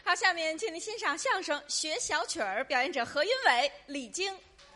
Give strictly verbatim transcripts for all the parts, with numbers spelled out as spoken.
好，下面请您欣赏相声《学小曲儿》，表演者何云伟、李菁。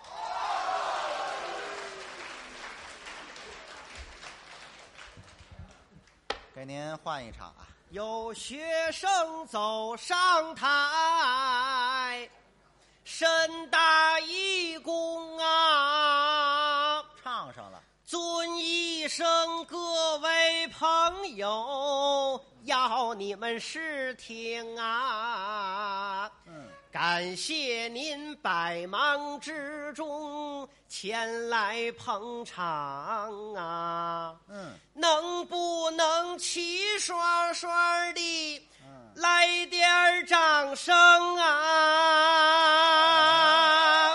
给您换一场啊！ 有学生走上台，身大一躬啊， 唱上了。 尊一声各位朋友，要你们试听啊。 嗯， 感谢您百忙之中前来捧场啊。 嗯， 能不能齐刷刷的嗯来点掌声啊？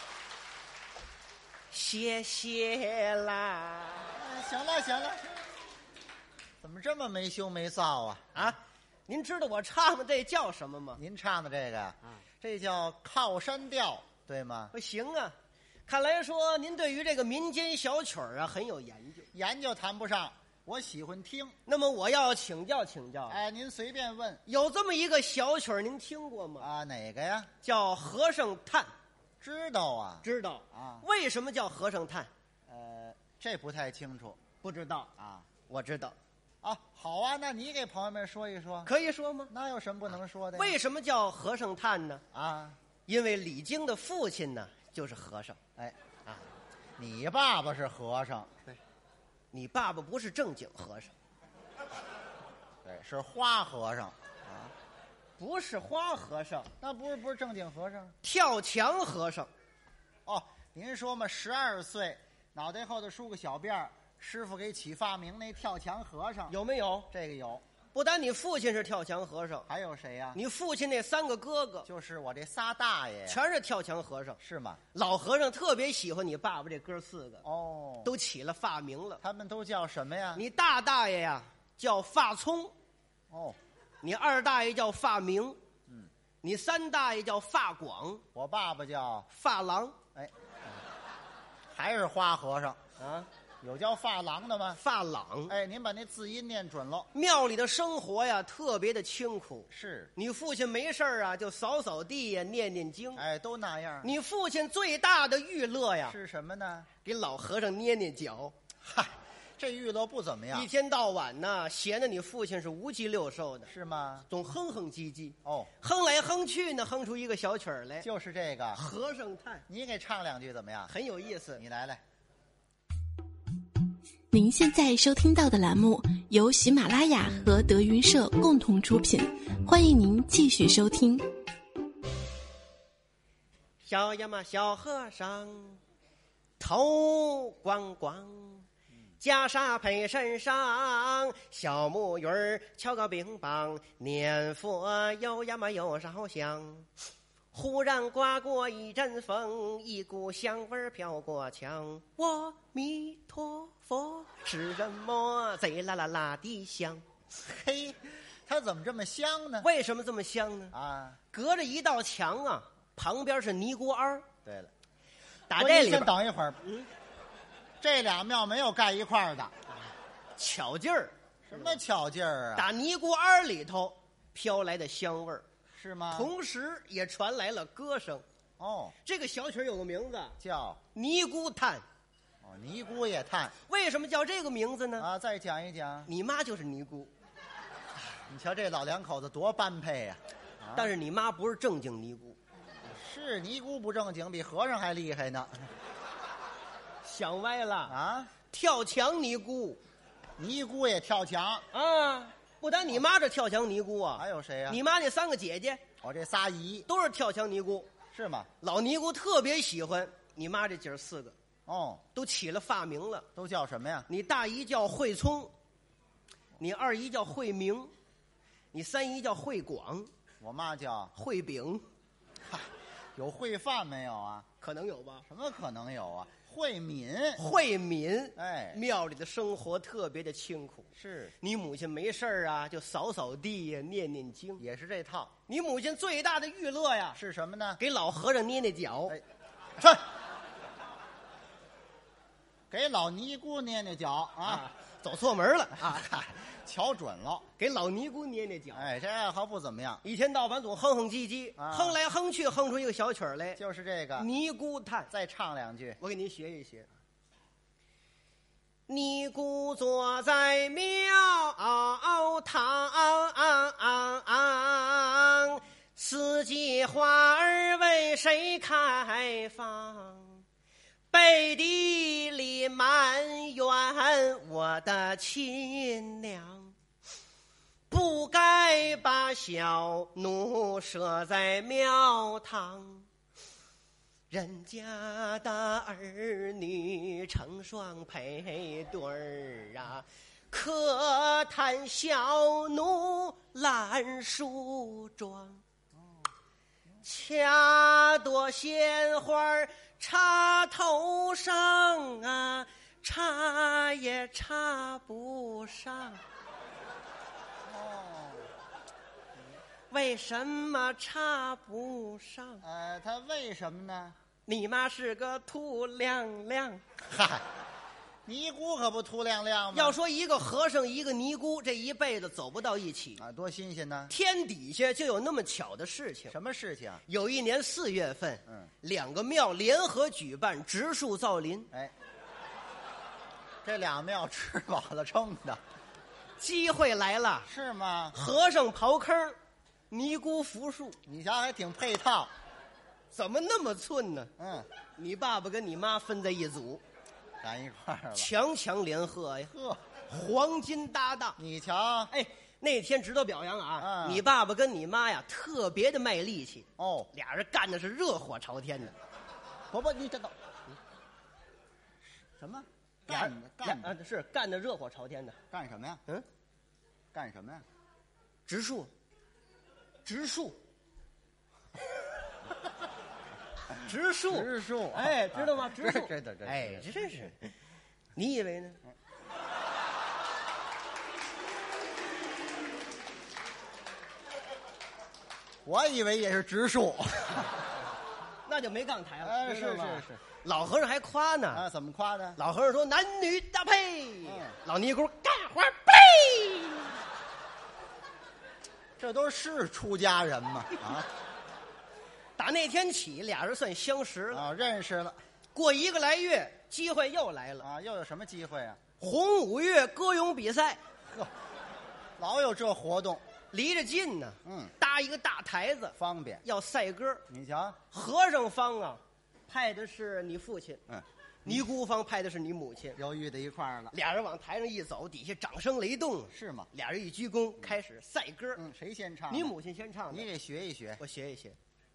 谢谢啦。 行了行了，怎么这么没羞没臊啊？ 啊，您知道我唱的这叫什么吗？ 您唱的这个呀， 啊， 这叫靠山调，对吗？ 行啊，看来说您对于这个民间小曲儿啊很有研究。 研究谈不上，我喜欢听。 那么我要请教请教， 哎，您随便问有这么一个小曲儿，您听过吗？ 啊，哪个呀？ 叫和尚叹。 知道啊？ 知道啊？ 为什么叫和尚叹？ 呃，这不太清楚不知道。 啊。 我知道。 啊，好啊，那你给朋友们说一说。 可以说吗？ 那有什么不能说的呀？ 为什么叫和尚叹呢？ 啊， 因为李菁的父亲呢就是和尚。 哎啊， 你爸爸是和尚， 你爸爸不是正经和尚， 对，是花和尚， 不是花和尚， 那不是不是正经和尚。 跳墙和尚。 哦，您说嘛，十二岁脑袋后头梳个小辫儿，师傅给起发明那跳墙和尚， 有没有？ 这个有。 不单你父亲是跳墙和尚， 还有谁呀？ 你父亲那三个哥哥就是我这仨大爷呀， 全是跳墙和尚。 是吗？ 老和尚特别喜欢你爸爸这哥四个， 哦， 都起了发名了。 他们都叫什么呀？ 你大大爷呀叫发聪， 哦， 你二大爷叫发明， 嗯， 你三大爷叫发广， 我爸爸叫发廊哎，还是花和尚， 啊， 有叫发廊的吗？ 发朗。 哎，您把那字音念准喽。 庙里的生活呀特别的清苦， 是， 你父亲没事儿啊就扫扫地呀念念经。 哎，都那样。 你父亲最大的娱乐呀是什么呢？ 给老和尚捏捏脚， 嗨，这娱乐不怎么样一，天到晚呢闲得你父亲是五脊六兽的， 是吗？ 总哼哼唧唧， 哦， 哼来哼去呢，哼出一个小曲儿来， 就是这个。 和尚叹， 你给唱两句怎么样？ 很有意思。 你来来。 您现在收听到的栏目由喜马拉雅和德云社共同出品，欢迎您继续收听。 小呀嘛小和尚头光光，袈裟配身上，小木鱼儿敲个乒乓，念佛有呀嘛有烧香。忽然刮过一阵风，一股香味儿飘过墙。阿弥陀佛，是什么贼啦啦啦的香？ 嘿，它怎么这么香呢？ 为什么这么香呢？ 啊， 隔着一道墙啊，旁边是尼姑庵。 对了， 打不是你先这里边等一会儿。 嗯， 这俩庙没有盖一块儿的， 巧劲儿， 什么巧劲儿啊？ 打尼姑庵里头飘来的香味儿， 是吗？ 同时也传来了歌声。 哦， 这个小曲儿有个名字叫尼姑叹。 哦，尼姑也叹为什么叫这个名字呢？ 啊。再讲一讲， 你妈就是尼姑， 你瞧这老两口子多般配呀、啊！ 但是你妈不是正经尼姑。 是尼姑不正经，比和尚还厉害呢。 想歪了啊， 跳墙尼姑尼姑也跳墙， 啊！不单你妈这跳墙尼姑啊， 还有谁呀、 你妈那三个姐姐我这仨姨都是跳墙尼姑。 是吗？ 老尼姑特别喜欢你妈这姐儿四个， 哦， 都起了发名了。 都叫什么呀？ 你大姨叫慧聪，你二姨叫慧明，你三姨叫慧广， 我妈叫慧饼， 嗨，有烩饭没有啊？ 可能有吧？ 什么可能有啊？慧敏， 慧敏， 哎， 庙里的生活特别的清苦。 是， 你母亲没事儿啊，就扫扫地呀，念念经。 也是这套。 你母亲最大的娱乐呀， 是什么呢？ 给老和尚捏捏脚。 哎，去，给老尼姑捏捏脚啊！ 走错门了啊！ 嗨，瞧准了， 给老尼姑捏捏脚。 哎，这爱好不怎么样， 一天到晚总哼哼唧唧， 啊哼来哼去，哼出一个小曲儿来， 就是这个。 尼姑叹。 再唱两句。 我给您学一学。尼姑坐在庙堂，四季花儿为谁开放？背地里埋怨我的亲娘，不该把小奴舍在庙堂。人家的儿女成双配对儿啊，可叹小奴懒梳妆。掐朵鲜花插头上啊，插也插不上。 哦， 为什么插不上？ 呃，他为什么呢？ 你妈是个秃亮亮。 嗨，尼姑可不秃亮亮吗？ 要说一个和尚一个尼姑，这一辈子走不到一起啊，多新鲜呢！ 天底下就有那么巧的事情。 什么事情？ 有一年四月份， 嗯， 两个庙联合举办植树造林。 哎，这俩庙吃饱了撑的， 机会来了， 是吗？ 和尚刨坑，尼姑扶树， 你瞧还挺配套。 怎么那么寸呢？ 嗯， 你爸爸跟你妈分在一组， 赶一块儿了。 强强联合呀， 呵， 黄金搭档。 你瞧， 哎，那天值得表扬啊！ 嗯你爸爸跟你妈呀，特别的卖力气， 哦， 俩人干的是热火朝天的。 伯伯，你这都什么？干的干啊的， 是干的热火朝天的。 干什么呀？ 嗯， 干什么呀？ 植树，植树，植树， 植树， 哎，知道吗？植树， 知道知道。 哎，这真是，你以为呢？ 我以为也是植树。 那就没杠台了。 哎，是知道吗是是。 老和尚还夸呢。 啊，怎么夸的？ 老和尚说男女搭配， 嗯老尼姑干活背。 这都是出家人嘛？啊打那天起，俩人算相识了。 啊，认识了过一个来月，机会又来了。 啊，又有什么机会啊？ 红五月歌咏比赛， 呵，老有这活动， 离着近呢。 嗯， 搭一个大台子， 方便。 要赛歌。 你瞧， 和尚方啊，派的是你父亲； 嗯， 尼姑方派的是你母亲。 又遇到一块儿了， 俩人往台上一走，底下掌声雷动。 是吗？ 俩人一鞠躬，开始赛歌。 嗯，谁先唱？ 你母亲先唱的， 你给学一学。 我学一学。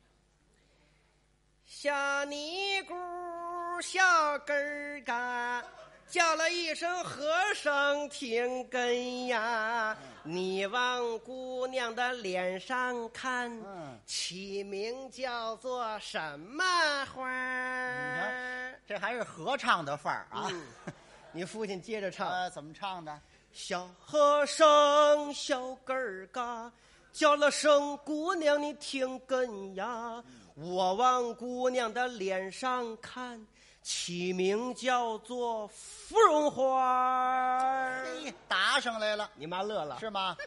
小尼姑小根儿嘎，叫了一声和尚听根呀，你往姑娘的脸上看， 嗯， 起名叫做什么花儿？ 这还是合唱的范儿啊。 嗯你父亲接着唱， 呃，怎么唱的？ 小和尚小根儿嘎，叫了声姑娘你听根呀，我往姑娘的脸上看，起名叫做芙蓉花。 嘿，答上来了， 你妈乐了， 是吗？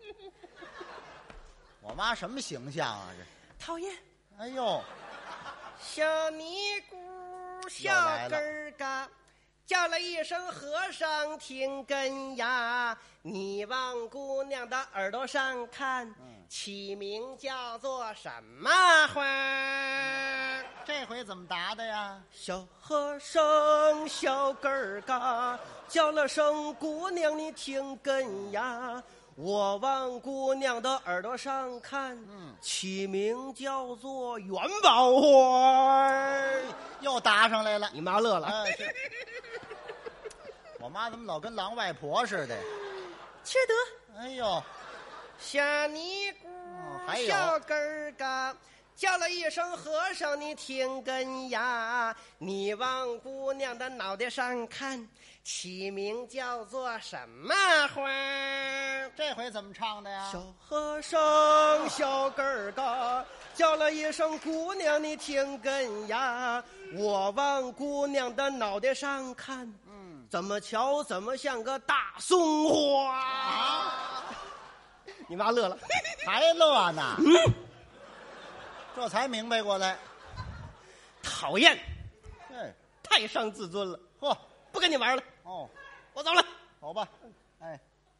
我妈什么形象啊？这， 讨厌。 哎呦， 小尼姑小根儿嘎，叫了一声和尚听根呀，你往姑娘的耳朵上看， 嗯， 起名叫做什么花？ 这回怎么答的呀？ 小和尚小根儿嘎，叫了声姑娘你听根呀，我往姑娘的耳朵上看， 嗯， 起名叫做元宝花。 又答上来了。 你妈乐了， 哎，是。我妈怎么老跟狼外婆似的？ 缺德。 哎呦， 小尼姑还有小根儿嘎，叫了一声和尚你听根呀，你往姑娘的脑袋上看，起名叫做什么花？ 这回怎么唱的呀？ 小和尚小根儿嘎，叫了一声姑娘你听根呀，我往姑娘的脑袋上看， 嗯， 怎么瞧怎么像个大松花啊！ 你妈乐了， 还乐呢？嗯，这才明白过来。 讨厌， 对， 太伤自尊了。 嚯， 不跟你玩了。 哦， 我走了。 走吧。哎，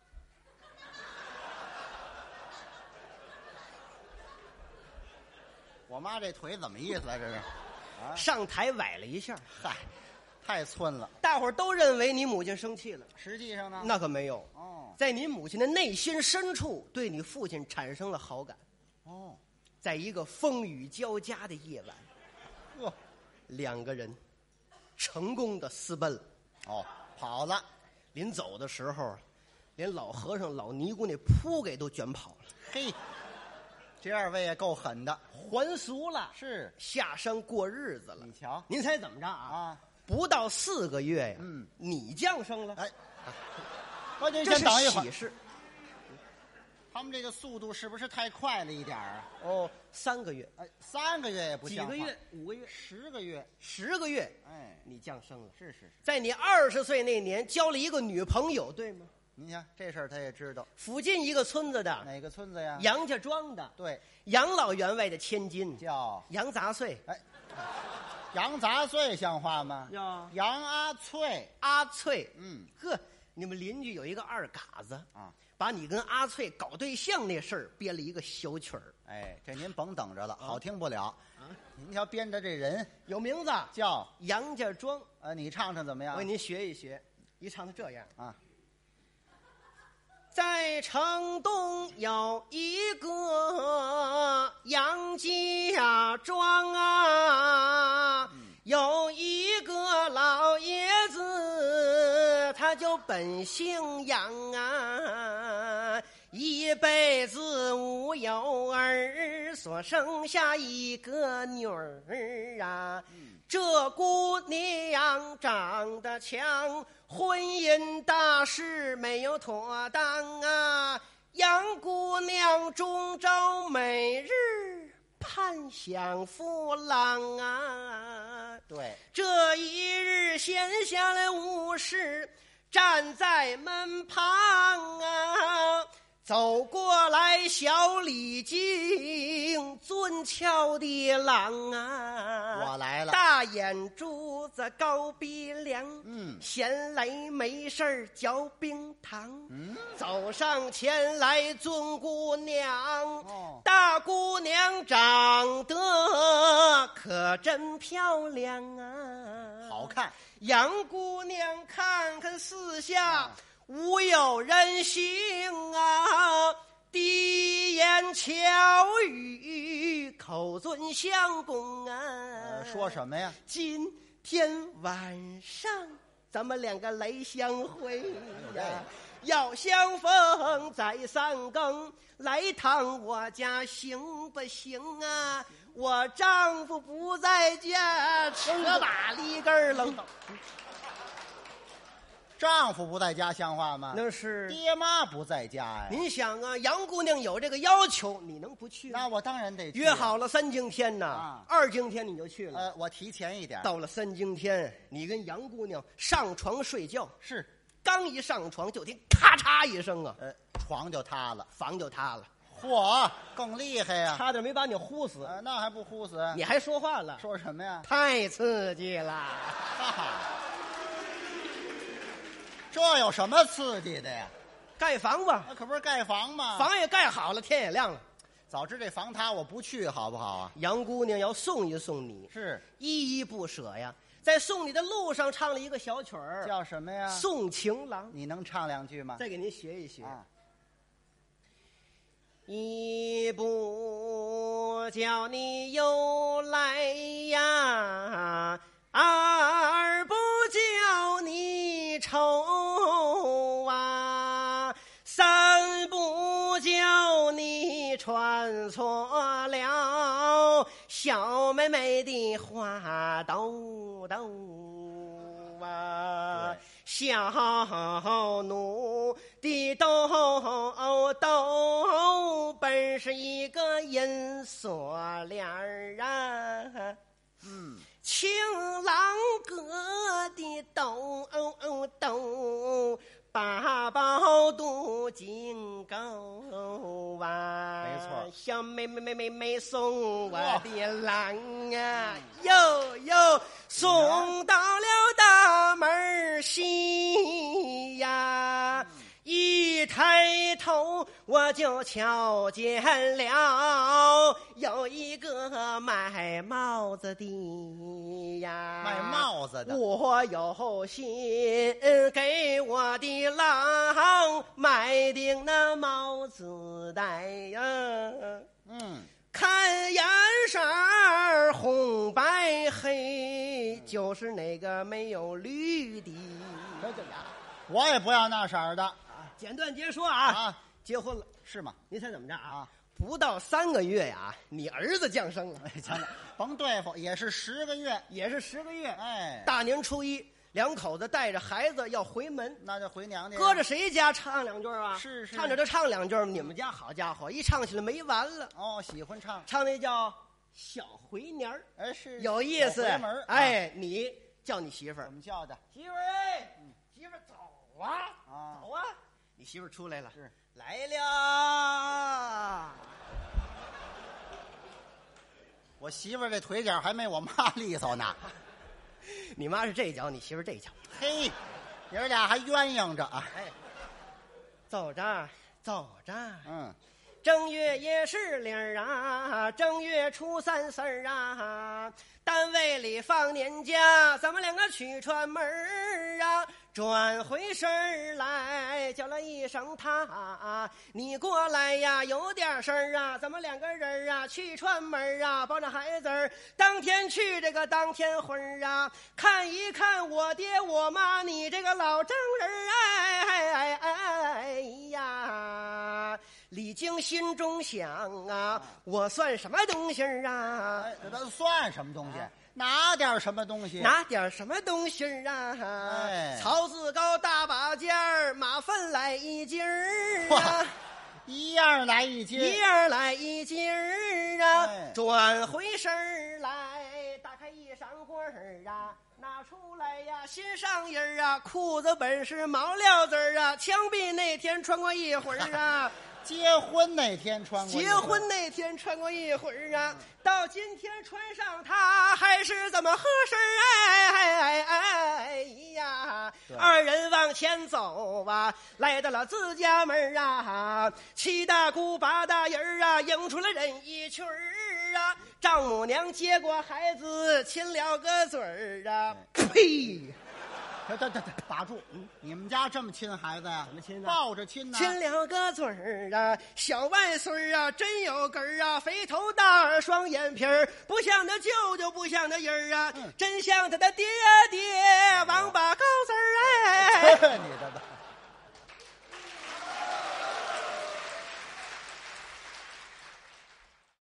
我妈这腿怎么意思啊？这是啊， 上台崴了一下。 嗨，太寸了。 大伙儿都认为你母亲生气了， 实际上呢？ 那可没有。 哦， 在你母亲的内心深处，对你父亲产生了好感。 哦， 在一个风雨交加的夜晚， 呵， 两个人成功的私奔了。 哦，跑了。 临走的时候，连老和尚、老尼姑那铺给都卷跑了。 嘿，这二位也够狠的， 还俗了， 是下山过日子了。 你瞧您猜怎么着啊？ 啊， 不到四个月呀， 嗯， 你降生了。 哎，关键这是先等一会儿喜，事。 他们这个速度是不是太快了一点儿啊？ 哦，三个月， 哎，三个月也不像话几个月，五个月， 十个月， 十个月， 哎， 你降生了。 是是是， 在你二十岁那年交了一个女朋友，对吗？ 您瞧这事儿他也知道， 附近一个村子的哪个村子呀？ 杨家庄的对， 杨老员外的千金叫杨杂碎， 哎，杨杂碎像话吗？ 呀杨阿翠， 阿翠。 嗯呵，你们邻居有一个二嘎子啊， 把你跟阿翠搞对象那事儿编了一个小曲儿， 哎，这您甭等着了，好听不了啊。您瞧编的这人有名字叫杨家庄。 呃，你唱唱怎么样？ 我给您学一学，一唱他这样啊。 在城东有一个杨家庄啊，有一个老爷子，他就本姓杨啊，一辈子无有儿，所生下一个女儿啊。这姑娘长得强，婚姻大事没有妥当啊，杨姑娘终朝每日盼享夫郎啊。 对， 这一日闲下来无事，站在门旁啊，走过来小李靖，俊俏的郎啊， 我来了， 大眼珠子高鼻梁， 嗯， 闲来没事儿嚼冰糖， 嗯， 走上前来尊姑娘， 哦， 大姑娘长得可真漂亮啊， 好看， 杨姑娘看看四下，无有人行啊，低言巧语，口尊相公啊。 呃，说什么呀？ 今天晚上咱们两个来相会呀，要相逢在三更，来趟我家行不行啊？我丈夫不在家，扯把梨根儿扔倒。 丈夫不在家像话吗？ 那是爹妈不在家呀。 您想啊，杨姑娘有这个要求，你能不去吗？ 那我当然得去约好了三更天呐， 啊二更天你就去了。 呃，我提前一点。 到了三更天，你跟杨姑娘上床睡觉， 是， 刚一上床就听咔嚓一声啊， 呃，床就塌了。 房就塌了， 嚯，更厉害呀！ 差点没把你呼死。 呃，那还不呼死？ 你还说话了？ 说什么呀？ 太刺激了！ 哈哈，这有什么刺激的呀？ 盖房吧， 那可不是盖房吗？ 房也盖好了，天也亮了。 早知这房塌，我不去好不好啊？ 杨姑娘要送一送你， 是， 依依不舍呀。在送你的路上唱了一个小曲儿， 叫什么呀？ 送情郎。 你能唱两句吗？ 再给您学一学。 啊， 一不叫你又来呀，二不叫你愁啊，三不叫你穿错了小妹妹的花兜兜啊，小奴的兜兜本是一个银锁链儿啊， 嗯， 巧情郎哥的兜兜，八宝镀金钩啊！ 没错， 小妹妹妹妹妹送我的郎啊，又又送到了大门西呀。一抬头我就瞧见了有一个卖帽子的呀， 卖帽子的， 我有心给我的郎买顶那帽子戴呀。 嗯， 看颜色红白黑，就是那个没有绿的。 我也不要那色儿的。 简短截说啊， 啊， 结婚了是吗？ 您猜怎么着啊？ 啊， 不到三个月呀，你儿子降生了。 哎，瞧瞧，甭对付，也是十个月， 也是十个月。 哎， 大年初一，两口子带着孩子要回门， 那就回娘家。 搁着谁家唱两句啊？ 是是， 唱着就唱两句。你们家好家伙，一唱起来没完了。 哦，喜欢唱， 唱那叫小回年儿， 哎是有意思。 回门， 哎，你叫你媳妇儿怎么叫的？ 媳妇儿哎，媳妇儿走啊， 啊， 走啊。你媳妇儿出来了， 是来了。 我媳妇儿这腿脚还没我妈利索呢。 你妈是这脚，你媳妇儿这脚。 嘿，爷儿俩还鸳鸯着啊。 哎，走着走着， 嗯， 正月也是零儿啊，正月初三四儿啊，单位里放年假，咱们两个去串门儿啊。转回身儿来，叫了一声他，你过来呀，有点事儿啊，咱们两个人啊去串门儿啊，抱着孩子儿，当天去这个当天回儿啊，看一看我爹我妈，你这个老丈人儿，哎哎哎哎呀！李靖心中想啊，我算什么东西儿啊？ 哎，这都算什么东西？拿点什么东西？ 拿点什么东西儿啊？ 哎， 曹子高大把件儿，马粪来一斤儿哇啊， 一样来一斤， 一样来一斤儿啊。 哎转回身儿来，打开一裳柜儿啊，拿出来呀，新上衣儿啊，裤子本是毛料子儿啊，枪毙那天穿过一会儿啊。 结婚那天穿过， 结婚那天穿过一会儿啊，到今天穿上它还是怎么合适？哎哎哎哎呀！二人往前走啊，来到了自家门啊，七大姑八大姨儿啊，迎出了人一群儿啊，丈母娘接过孩子亲了个嘴儿啊，呸！ 等等等等，打住！你们家这么亲孩子呀？ 怎么亲呢？ 抱着亲呢？ 亲了个嘴儿啊，小外孙啊，真有根儿啊，肥头大耳，双眼皮儿，不像他舅舅，不像他姨儿啊， 嗯、 真像他的爹爹，王八羔子儿哎！ 你这个